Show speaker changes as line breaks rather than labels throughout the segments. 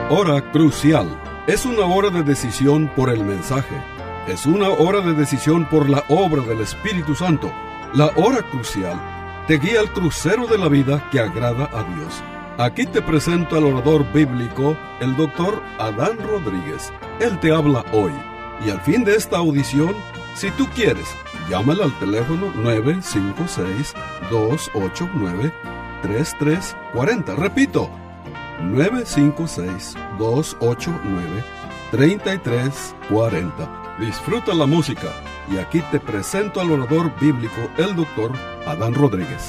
Hora crucial. Es una hora de decisión por el mensaje. Es una hora de decisión por la obra del Espíritu Santo. La hora crucial te guía al crucero de la vida que agrada a Dios. Aquí te presento al orador bíblico, el doctor Adán Rodríguez. Él te habla hoy. Y al fin de esta audición, si tú quieres, llámale al teléfono 956-289-3340. Repito, 956-289-3340. Disfruta la música y aquí te presento al orador bíblico, el doctor Adán Rodríguez.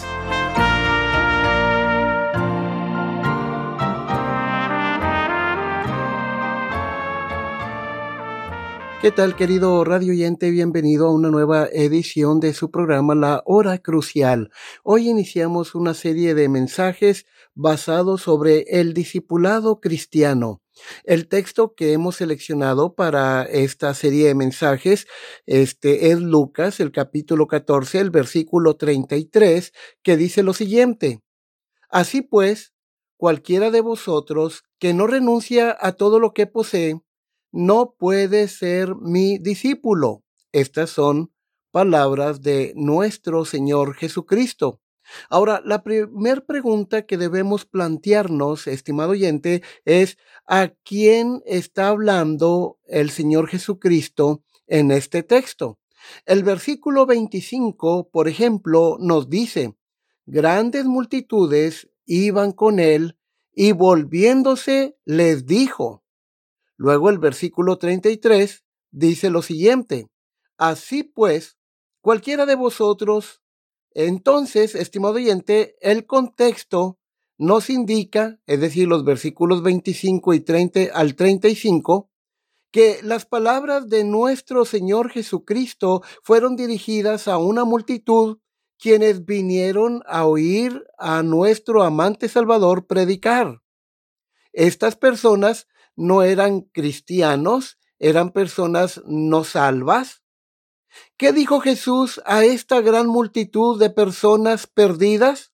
¿Qué tal, querido radio oyente? Bienvenido a una nueva edición de su programa La Hora Crucial. Hoy iniciamos una serie de mensajes basados sobre el discipulado cristiano. El texto que hemos seleccionado para esta serie de mensajes es Lucas, el capítulo 14, el versículo 33, que dice lo siguiente: Así pues, cualquiera de vosotros que no renuncia a todo lo que posee, no puede ser mi discípulo. Estas son palabras de nuestro Señor Jesucristo. Ahora, la primera pregunta que debemos plantearnos, estimado oyente, es: ¿a quién está hablando el Señor Jesucristo en este texto? El versículo 25, por ejemplo, nos dice: grandes multitudes iban con él y volviéndose les dijo. Luego el versículo 33 dice lo siguiente: así pues, cualquiera de vosotros. Entonces, estimado oyente, el contexto nos indica, es decir, los versículos 25 y 30 al 35, que las palabras de nuestro Señor Jesucristo fueron dirigidas a una multitud quienes vinieron a oír a nuestro amante Salvador predicar. Estas personas no eran cristianos, eran personas no salvas. ¿Qué dijo Jesús a esta gran multitud de personas perdidas?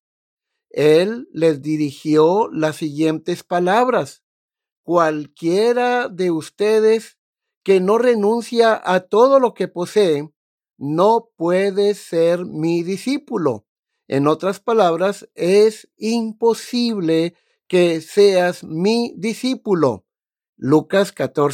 Él les dirigió las siguientes palabras: cualquiera de ustedes que no renuncia a todo lo que posee, no puede ser mi discípulo. En otras palabras, es imposible que seas mi discípulo. Lucas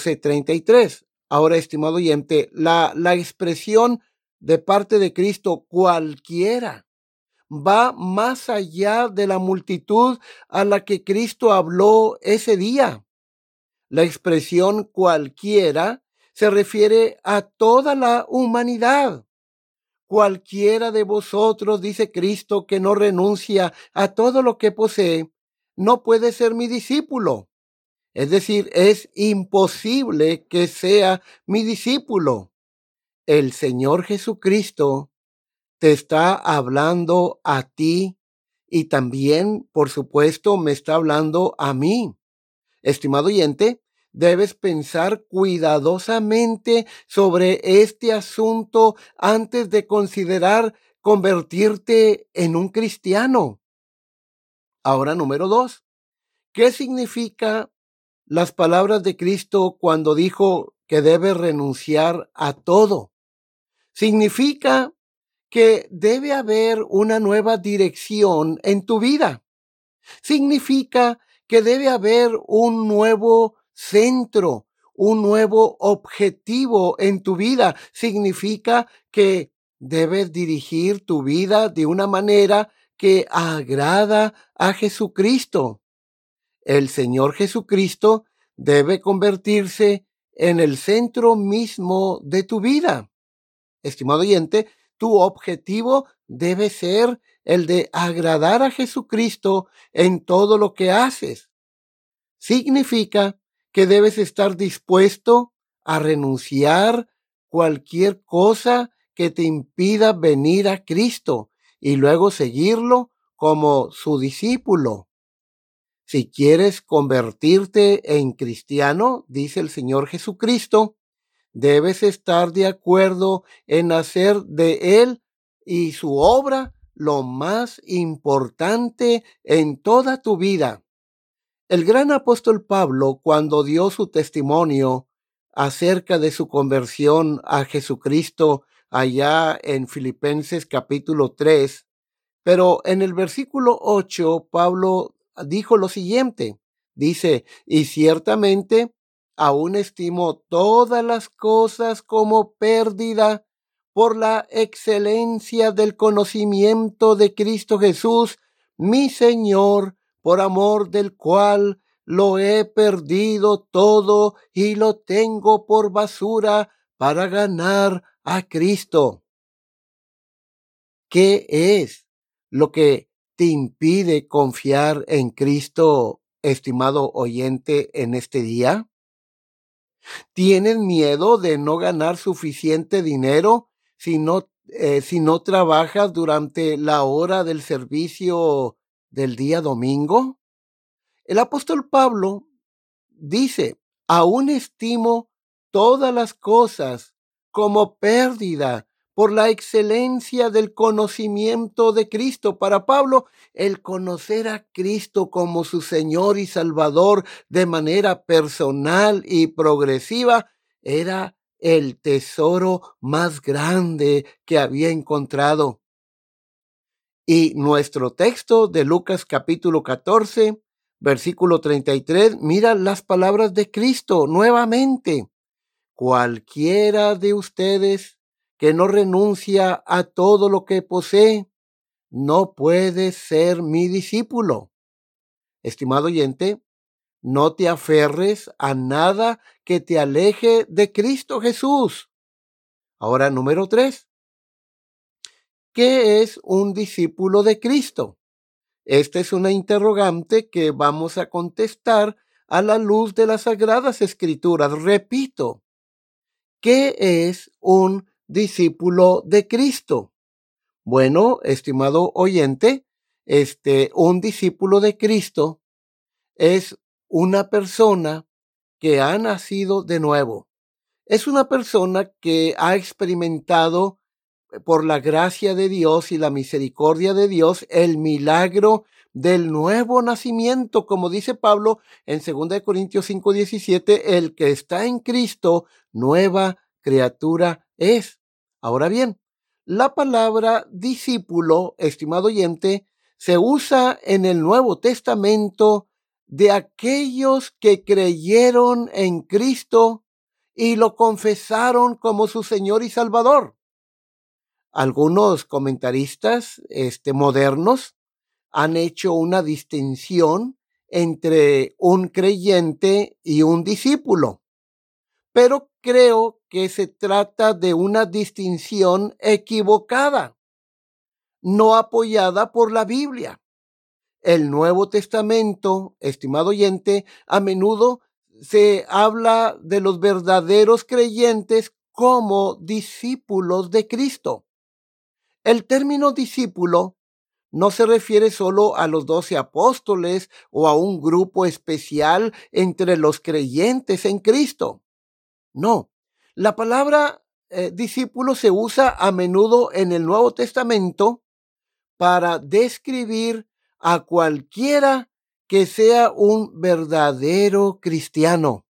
14:33. Ahora, estimado oyente, la expresión de parte de Cristo, cualquiera, va más allá de la multitud a la que Cristo habló ese día. La expresión cualquiera se refiere a toda la humanidad. Cualquiera de vosotros, dice Cristo, que no renuncia a todo lo que posee, no puede ser mi discípulo. Es decir, es imposible que sea mi discípulo. El Señor Jesucristo te está hablando a ti y también, por supuesto, me está hablando a mí. Estimado oyente, debes pensar cuidadosamente sobre este asunto antes de considerar convertirte en un cristiano. Ahora, número 2. ¿Qué significa las palabras de Cristo cuando dijo que debes renunciar a todo? Significa que debe haber una nueva dirección en tu vida. Significa que debe haber un nuevo centro, un nuevo objetivo en tu vida. Significa que debes dirigir tu vida de una manera que agrada a Jesucristo. El Señor Jesucristo debe convertirse en el centro mismo de tu vida. Estimado oyente, tu objetivo debe ser el de agradar a Jesucristo en todo lo que haces. Significa que debes estar dispuesto a renunciar cualquier cosa que te impida venir a Cristo y luego seguirlo como su discípulo. Si quieres convertirte en cristiano, dice el Señor Jesucristo, debes estar de acuerdo en hacer de Él y su obra lo más importante en toda tu vida. El gran apóstol Pablo, cuando dio su testimonio acerca de su conversión a Jesucristo allá en Filipenses capítulo 3, pero en el versículo 8, Pablo dijo lo siguiente, dice, y ciertamente aún estimo todas las cosas como pérdida por la excelencia del conocimiento de Cristo Jesús, mi Señor, por amor del cual lo he perdido todo y lo tengo por basura para ganar a Cristo. ¿Qué es lo que te impide confiar en Cristo, estimado oyente, en este día? ¿Tienes miedo de no ganar suficiente dinero si no trabajas durante la hora del servicio del día domingo? El apóstol Pablo dice, aún estimo todas las cosas como pérdida por la excelencia del conocimiento de Cristo. Para Pablo, el conocer a Cristo como su Señor y Salvador de manera personal y progresiva era el tesoro más grande que había encontrado. Y nuestro texto de Lucas capítulo 14, versículo 33, mira las palabras de Cristo nuevamente. Cualquiera de ustedes que no renuncia a todo lo que posee, no puede ser mi discípulo. Estimado oyente, no te aferres a nada que te aleje de Cristo Jesús. Ahora, número 3. ¿Qué es un discípulo de Cristo? Esta es una interrogante que vamos a contestar a la luz de las Sagradas Escrituras. Repito, ¿qué es un discípulo de Cristo? Bueno, estimado oyente, un discípulo de Cristo es una persona que ha nacido de nuevo. Es una persona que ha experimentado por la gracia de Dios y la misericordia de Dios, el milagro del nuevo nacimiento, como dice Pablo en 2 Corintios 5:17, el que está en Cristo, nueva criatura es. Ahora bien, la palabra discípulo, estimado oyente, se usa en el Nuevo Testamento de aquellos que creyeron en Cristo y lo confesaron como su Señor y Salvador. Algunos comentaristas modernos han hecho una distinción entre un creyente y un discípulo, pero creo que se trata de una distinción equivocada, no apoyada por la Biblia. El Nuevo Testamento, estimado oyente, a menudo se habla de los verdaderos creyentes como discípulos de Cristo. El término discípulo no se refiere solo a los 12 apóstoles o a un grupo especial entre los creyentes en Cristo. No, la palabra discípulo se usa a menudo en el Nuevo Testamento para describir a cualquiera que sea un verdadero cristiano.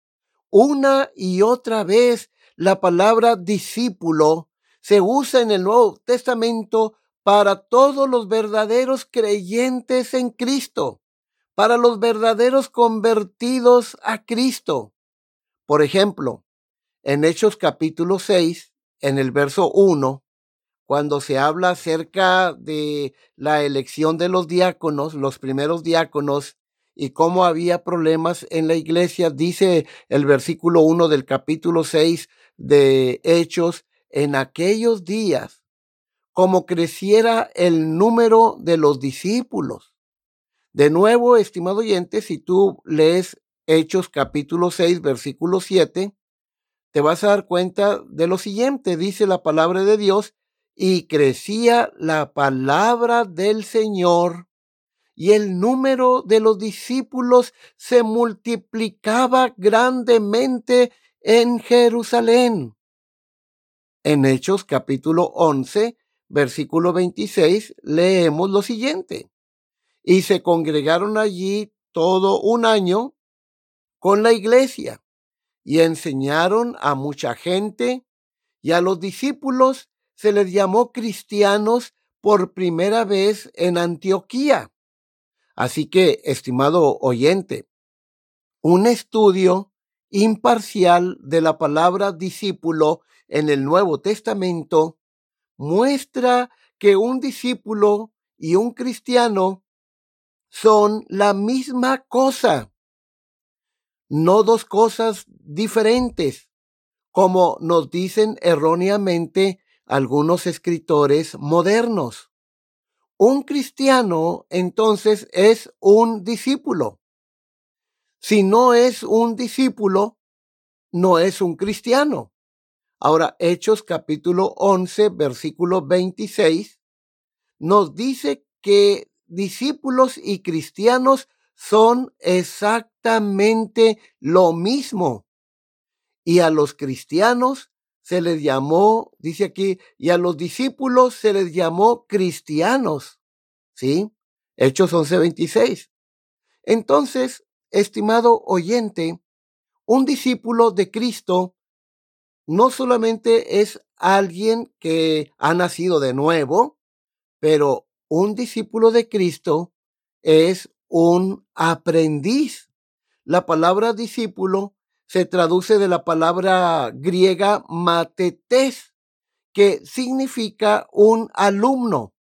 Una y otra vez la palabra discípulo se usa en el Nuevo Testamento para todos los verdaderos creyentes en Cristo, para los verdaderos convertidos a Cristo. Por ejemplo, en Hechos capítulo 6, en el verso 1, cuando se habla acerca de la elección de los diáconos, los primeros diáconos, y cómo había problemas en la iglesia, dice el versículo 1 del capítulo 6 de Hechos, en aquellos días, como creciera el número de los discípulos. De nuevo, estimado oyente, si tú lees Hechos capítulo 6, versículo 7, te vas a dar cuenta de lo siguiente, dice la palabra de Dios, y crecía la palabra del Señor, y el número de los discípulos se multiplicaba grandemente en Jerusalén. En Hechos capítulo 11, versículo 26, leemos lo siguiente. Y se congregaron allí todo un año con la iglesia y enseñaron a mucha gente, y a los discípulos se les llamó cristianos por primera vez en Antioquía. Así que, estimado oyente, un estudio imparcial de la palabra discípulo en el Nuevo Testamento muestra que un discípulo y un cristiano son la misma cosa, no dos cosas diferentes, como nos dicen erróneamente algunos escritores modernos. Un cristiano, entonces, es un discípulo. Si no es un discípulo, no es un cristiano. Ahora, Hechos capítulo 11, versículo 26, nos dice que discípulos y cristianos son exactamente lo mismo. Y a los cristianos se les llamó, dice aquí, y a los discípulos se les llamó cristianos. ¿Sí? Hechos 11:26. Entonces, estimado oyente, un discípulo de Cristo no solamente es alguien que ha nacido de nuevo, pero un discípulo de Cristo es un aprendiz. La palabra discípulo se traduce de la palabra griega matetes, que significa un alumno.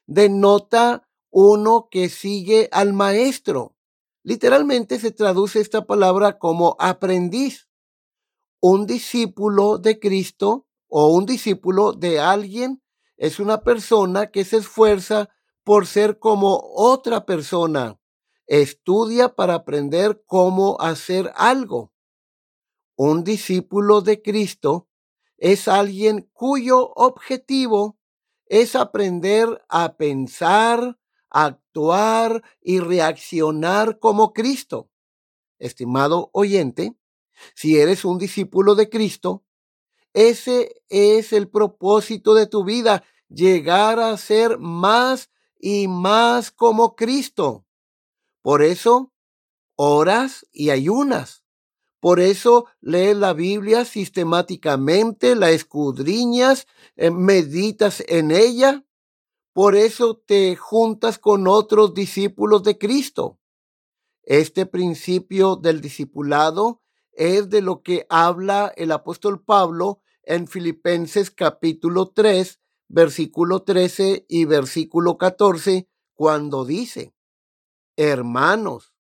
Denota uno que sigue al maestro. Literalmente se traduce esta palabra como aprendiz. Un discípulo de Cristo o un discípulo de alguien es una persona que se esfuerza por ser como otra persona. Estudia para aprender cómo hacer algo. Un discípulo de Cristo es alguien cuyo objetivo es aprender a pensar, actuar y reaccionar como Cristo. Estimado oyente, si eres un discípulo de Cristo, ese es el propósito de tu vida, llegar a ser más y más como Cristo. Por eso, oras y ayunas. Por eso lees la Biblia sistemáticamente, la escudriñas, meditas en ella. Por eso te juntas con otros discípulos de Cristo. Este principio del discipulado es de lo que habla el apóstol Pablo en Filipenses capítulo 3, versículo 13 y versículo 14, cuando dice, hermanos,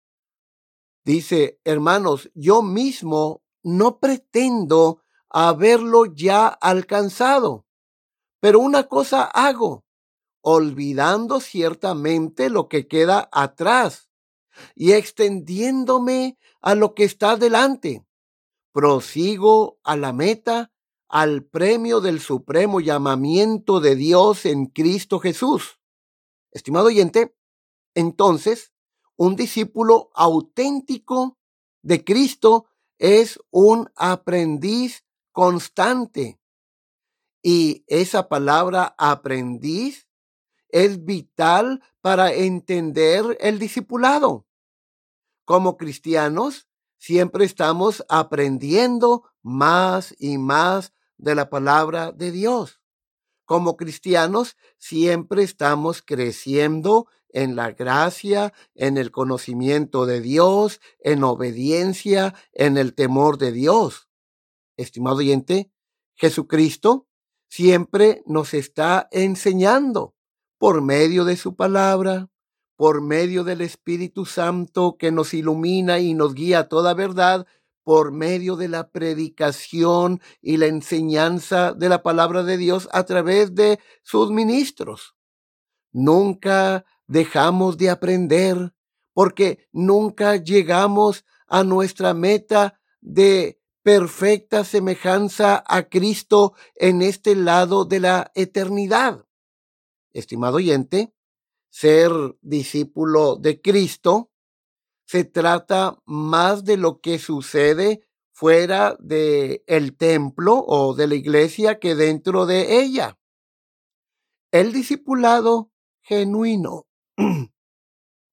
yo mismo no pretendo haberlo ya alcanzado, pero una cosa hago, olvidando ciertamente lo que queda atrás y extendiéndome a lo que está delante. Prosigo a la meta, al premio del supremo llamamiento de Dios en Cristo Jesús. Estimado oyente, entonces, un discípulo auténtico de Cristo es un aprendiz constante. Y esa palabra aprendiz es vital para entender el discipulado. Como cristianos, siempre estamos aprendiendo más y más de la palabra de Dios. Como cristianos, siempre estamos creciendo en la gracia, en el conocimiento de Dios, en obediencia, en el temor de Dios. Estimado oyente, Jesucristo siempre nos está enseñando por medio de su palabra, por medio del Espíritu Santo que nos ilumina y nos guía a toda verdad, por medio de la predicación y la enseñanza de la palabra de Dios a través de sus ministros. Nunca dejamos de aprender porque nunca llegamos a nuestra meta de perfecta semejanza a Cristo en este lado de la eternidad. Estimado oyente, ser discípulo de Cristo se trata más de lo que sucede fuera del templo o de la iglesia que dentro de ella. El discipulado genuino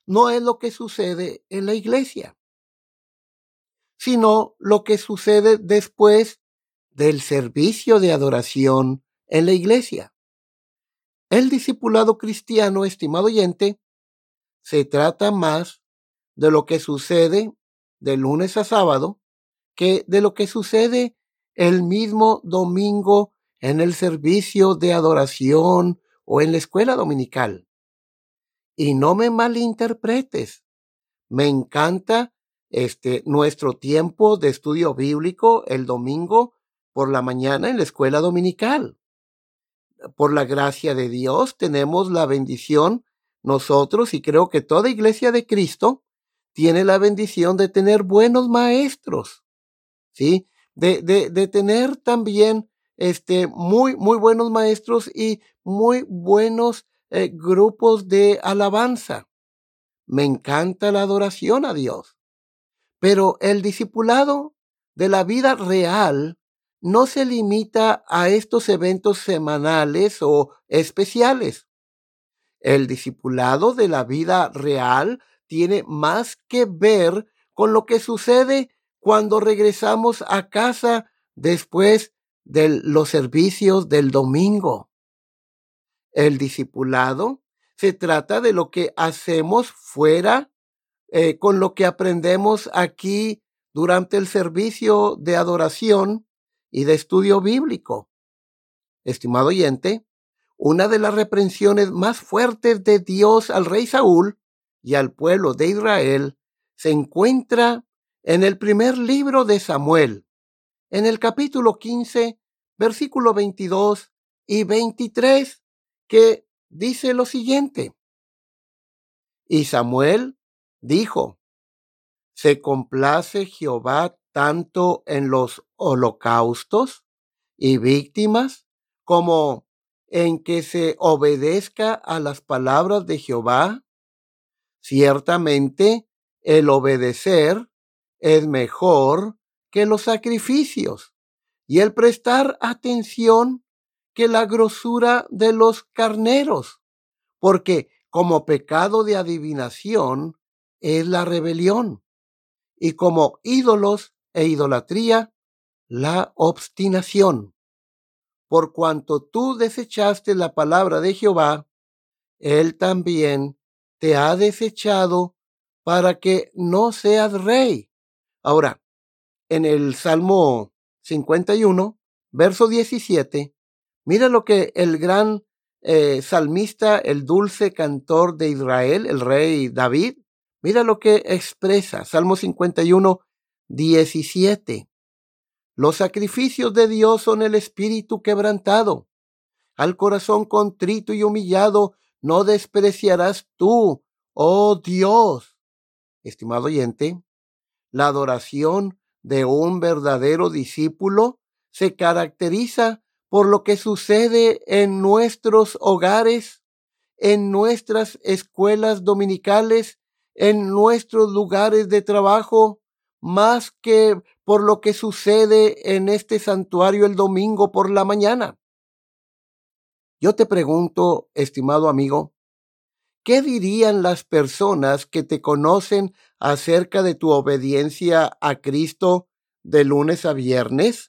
no es lo que sucede en la iglesia, sino lo que sucede después del servicio de adoración en la iglesia. El discipulado cristiano, estimado oyente, se trata más de lo que sucede de lunes a sábado que de lo que sucede el mismo domingo en el servicio de adoración o en la escuela dominical. Y no me malinterpretes, me encanta nuestro tiempo de estudio bíblico el domingo por la mañana en la escuela dominical. Por la gracia de Dios tenemos la bendición nosotros, y creo que toda iglesia de Cristo tiene la bendición de tener buenos maestros, ¿sí? De tener también muy buenos maestros y muy buenos grupos de alabanza. Me encanta la adoración a Dios, pero el discipulado de la vida real no se limita a estos eventos semanales o especiales. El discipulado de la vida real tiene más que ver con lo que sucede cuando regresamos a casa después de los servicios del domingo. El discipulado se trata de lo que hacemos fuera con lo que aprendemos aquí durante el servicio de adoración y de estudio bíblico. Estimado oyente, una de las reprensiones más fuertes de Dios al rey Saúl y al pueblo de Israel se encuentra en el primer libro de Samuel, en el capítulo 15, versículo 22 y 23, que dice lo siguiente: Y Samuel dijo: ¿Se complace Jehová tanto en los holocaustos y víctimas como en que se obedezca a las palabras de Jehová? Ciertamente, el obedecer es mejor que los sacrificios, y el prestar atención que la grosura de los carneros, porque como pecado de adivinación es la rebelión, y como ídolos e idolatría la obstinación. Por cuanto tú desechaste la palabra de Jehová, él también te ha desechado para que no seas rey. Ahora, en el Salmo 51, verso 17, mira lo que el gran salmista, el dulce cantor de Israel, el rey David, mira lo que expresa. Salmo 51, 17. Los sacrificios de Dios son el espíritu quebrantado. Al corazón contrito y humillado no despreciarás tú, oh Dios. Estimado oyente, la adoración de un verdadero discípulo se caracteriza por lo que sucede en nuestros hogares, en nuestras escuelas dominicales, en nuestros lugares de trabajo, más que por lo que sucede en este santuario el domingo por la mañana. Yo te pregunto, estimado amigo, ¿qué dirían las personas que te conocen acerca de tu obediencia a Cristo de lunes a viernes?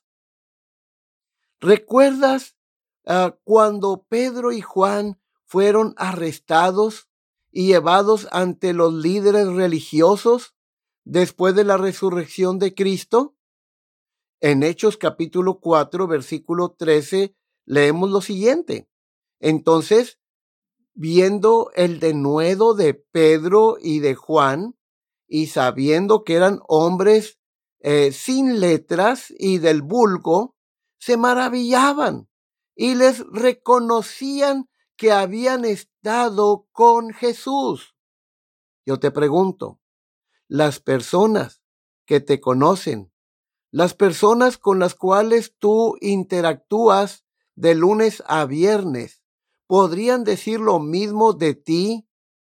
¿Recuerdas cuando Pedro y Juan fueron arrestados y llevados ante los líderes religiosos después de la resurrección de Cristo? En Hechos capítulo 4, versículo 13, leemos lo siguiente: Entonces, viendo el denuedo de Pedro y de Juan, y sabiendo que eran hombres sin letras y del vulgo, se maravillaban y les reconocían que habían estado con Jesús. Yo te pregunto, las personas que te conocen, las personas con las cuales tú interactúas de lunes a viernes, ¿podrían decir lo mismo de ti?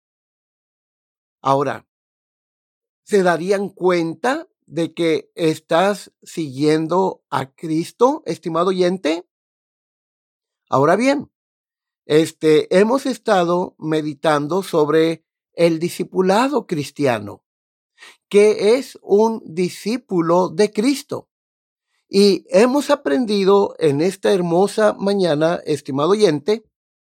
Ahora, ¿se darían cuenta de que estás siguiendo a Cristo, estimado oyente? Ahora bien, hemos estado meditando sobre el discipulado cristiano, que es un discípulo de Cristo. Y hemos aprendido en esta hermosa mañana, estimado oyente,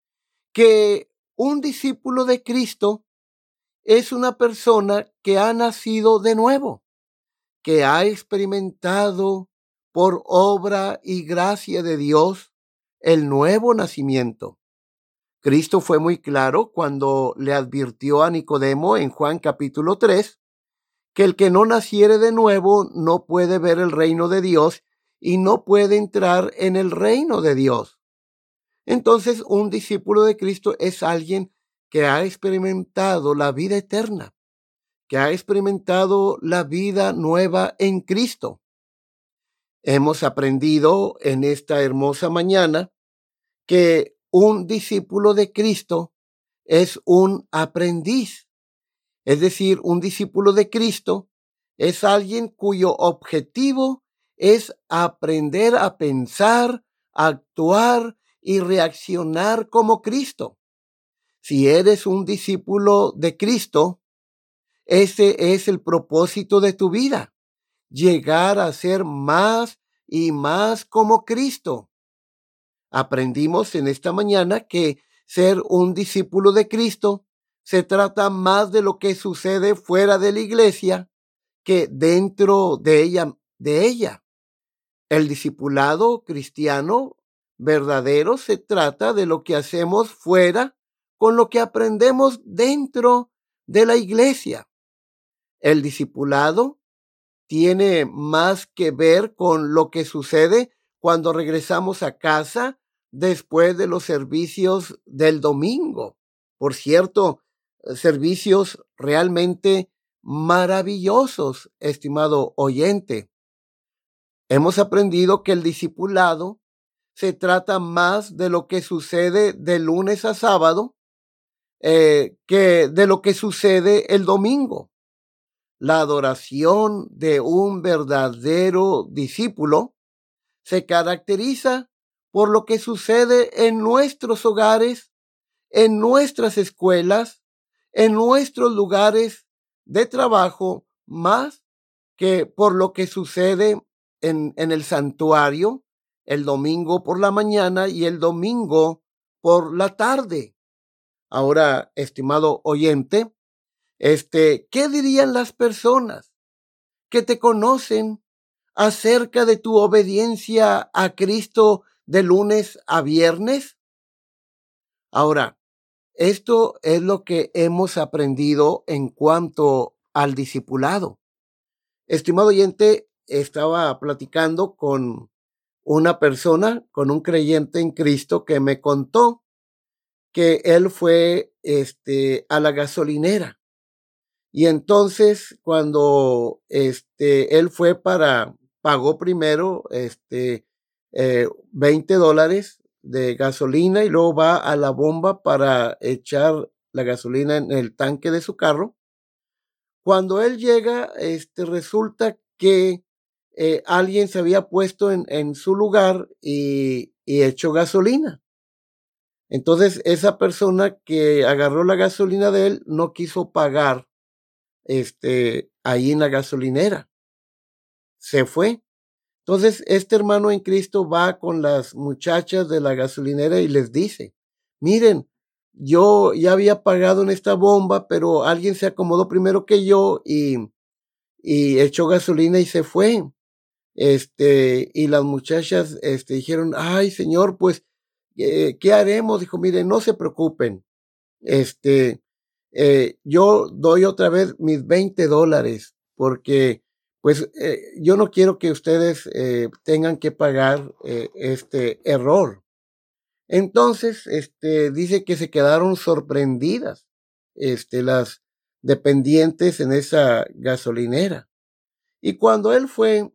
que un discípulo de Cristo es una persona que ha nacido de nuevo, que ha experimentado por obra y gracia de Dios el nuevo nacimiento. Cristo fue muy claro cuando le advirtió a Nicodemo en Juan capítulo 3 que el que no naciere de nuevo no puede ver el reino de Dios y no puede entrar en el reino de Dios. Entonces, un discípulo de Cristo es alguien que ha experimentado la vida eterna, que ha experimentado la vida nueva en Cristo. Hemos aprendido en esta hermosa mañana que un discípulo de Cristo es un aprendiz. Es decir, un discípulo de Cristo es alguien cuyo objetivo es aprender a pensar, actuar y reaccionar como Cristo. Si eres un discípulo de Cristo, ese es el propósito de tu vida, llegar a ser más y más como Cristo. Aprendimos en esta mañana que ser un discípulo de Cristo se trata más de lo que sucede fuera de la iglesia que dentro de ella. El discipulado cristiano verdadero se trata de lo que hacemos fuera con lo que aprendemos dentro de la iglesia. El discipulado tiene más que ver con lo que sucede cuando regresamos a casa después de los servicios del domingo. Por cierto, servicios realmente maravillosos, estimado oyente. Hemos aprendido que el discipulado se trata más de lo que sucede de lunes a sábado que de lo que sucede el domingo. La adoración de un verdadero discípulo se caracteriza por lo que sucede en nuestros hogares, en nuestras escuelas, en nuestros lugares de trabajo, más que por lo que sucede en el santuario el domingo por la mañana y el domingo por la tarde. Ahora, estimado oyente, ¿qué dirían las personas que te conocen acerca de tu obediencia a Cristo de lunes a viernes? Ahora, esto es lo que hemos aprendido en cuanto al discipulado. Estimado oyente, estaba platicando con una persona, con un creyente en Cristo, que me contó que él fue a la gasolinera. Y entonces cuando él fue pagó primero $20 de gasolina y luego va a la bomba para echar la gasolina en el tanque de su carro. Cuando él llega, resulta que alguien se había puesto en su lugar y echó gasolina. Entonces esa persona que agarró la gasolina de él no quiso pagar ahí en la gasolinera. Se fue. Entonces, este hermano en Cristo va con las muchachas de la gasolinera y les dice, miren, yo ya había pagado en esta bomba, pero alguien se acomodó primero que yo y echó gasolina y se fue. Y las muchachas dijeron, ay, señor, pues, ¿qué haremos? Dijo, miren, no se preocupen. Yo doy otra vez mis $20 porque pues yo no quiero que ustedes tengan que pagar este error. Entonces, dice que se quedaron sorprendidas las dependientes en esa gasolinera. Y cuando él fue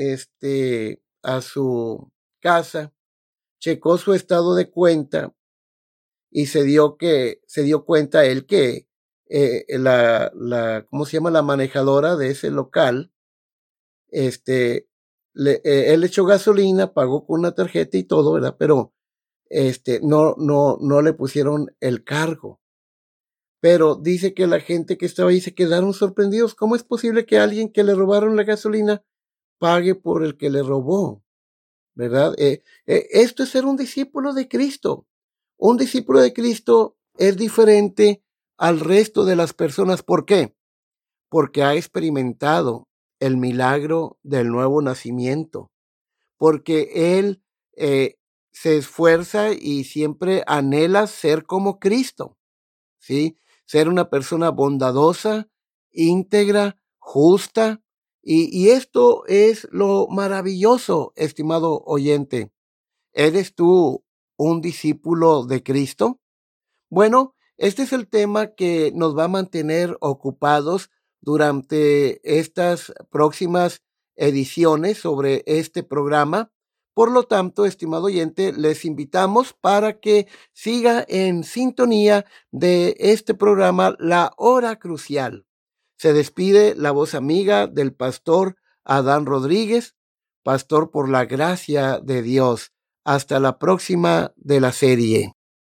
a su casa, checó su estado de cuenta y se dio cuenta él que ¿cómo se llama? La manejadora de ese local, él echó gasolina, pagó con una tarjeta y todo, ¿verdad? Pero no le pusieron el cargo. pero dice que la gente que estaba ahí se quedaron sorprendidos. ¿Cómo es posible que alguien que le robaron la gasolina pague por el que le robó? ¿Verdad? Esto es ser un discípulo de Cristo. Un discípulo de Cristo es diferente al resto de las personas. ¿Por qué? Porque ha experimentado el milagro del nuevo nacimiento, porque él se esfuerza y siempre anhela ser como Cristo, ¿sí? Ser una persona bondadosa, íntegra, justa, y esto es lo maravilloso, estimado oyente. ¿Eres tú un discípulo de Cristo? Bueno, este es el tema que nos va a mantener ocupados durante estas próximas ediciones sobre este programa. Por lo tanto, estimado oyente, les invitamos para que siga en sintonía de este programa, La Hora Crucial. Se despide la voz amiga del pastor Adán Rodríguez, pastor por la gracia de Dios. Hasta la próxima de la serie.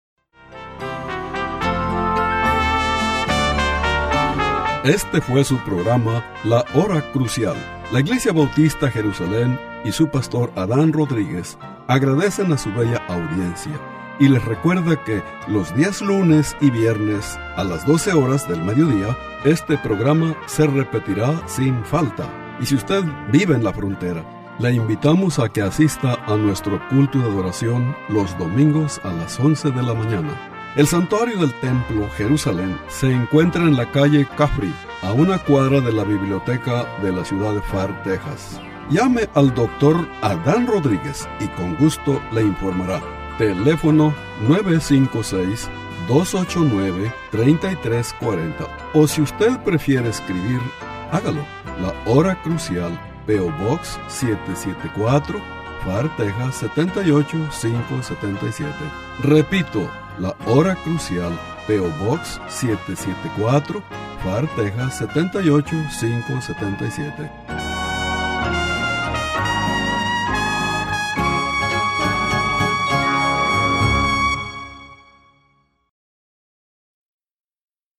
Este fue su programa La Hora Crucial. La Iglesia Bautista Jerusalén y su pastor Adán Rodríguez agradecen a su bella audiencia y les recuerda que los días lunes y viernes a las 12 horas del mediodía, este programa se repetirá sin falta. Y si usted vive en la frontera, le invitamos a que asista a nuestro culto de adoración los domingos a las 11 de la mañana. El santuario del Templo Jerusalén se encuentra en la calle Caffrey, a una cuadra de la biblioteca de la ciudad de Far, Texas. Llame al doctor Adán Rodríguez y con gusto le informará. Teléfono 956-289-3340. O si usted prefiere escribir, hágalo. La Hora Crucial, P.O. Box 774, Far, Texas 78577. Repito, La Hora Crucial, P.O. Box 774, Far, Texas 78577.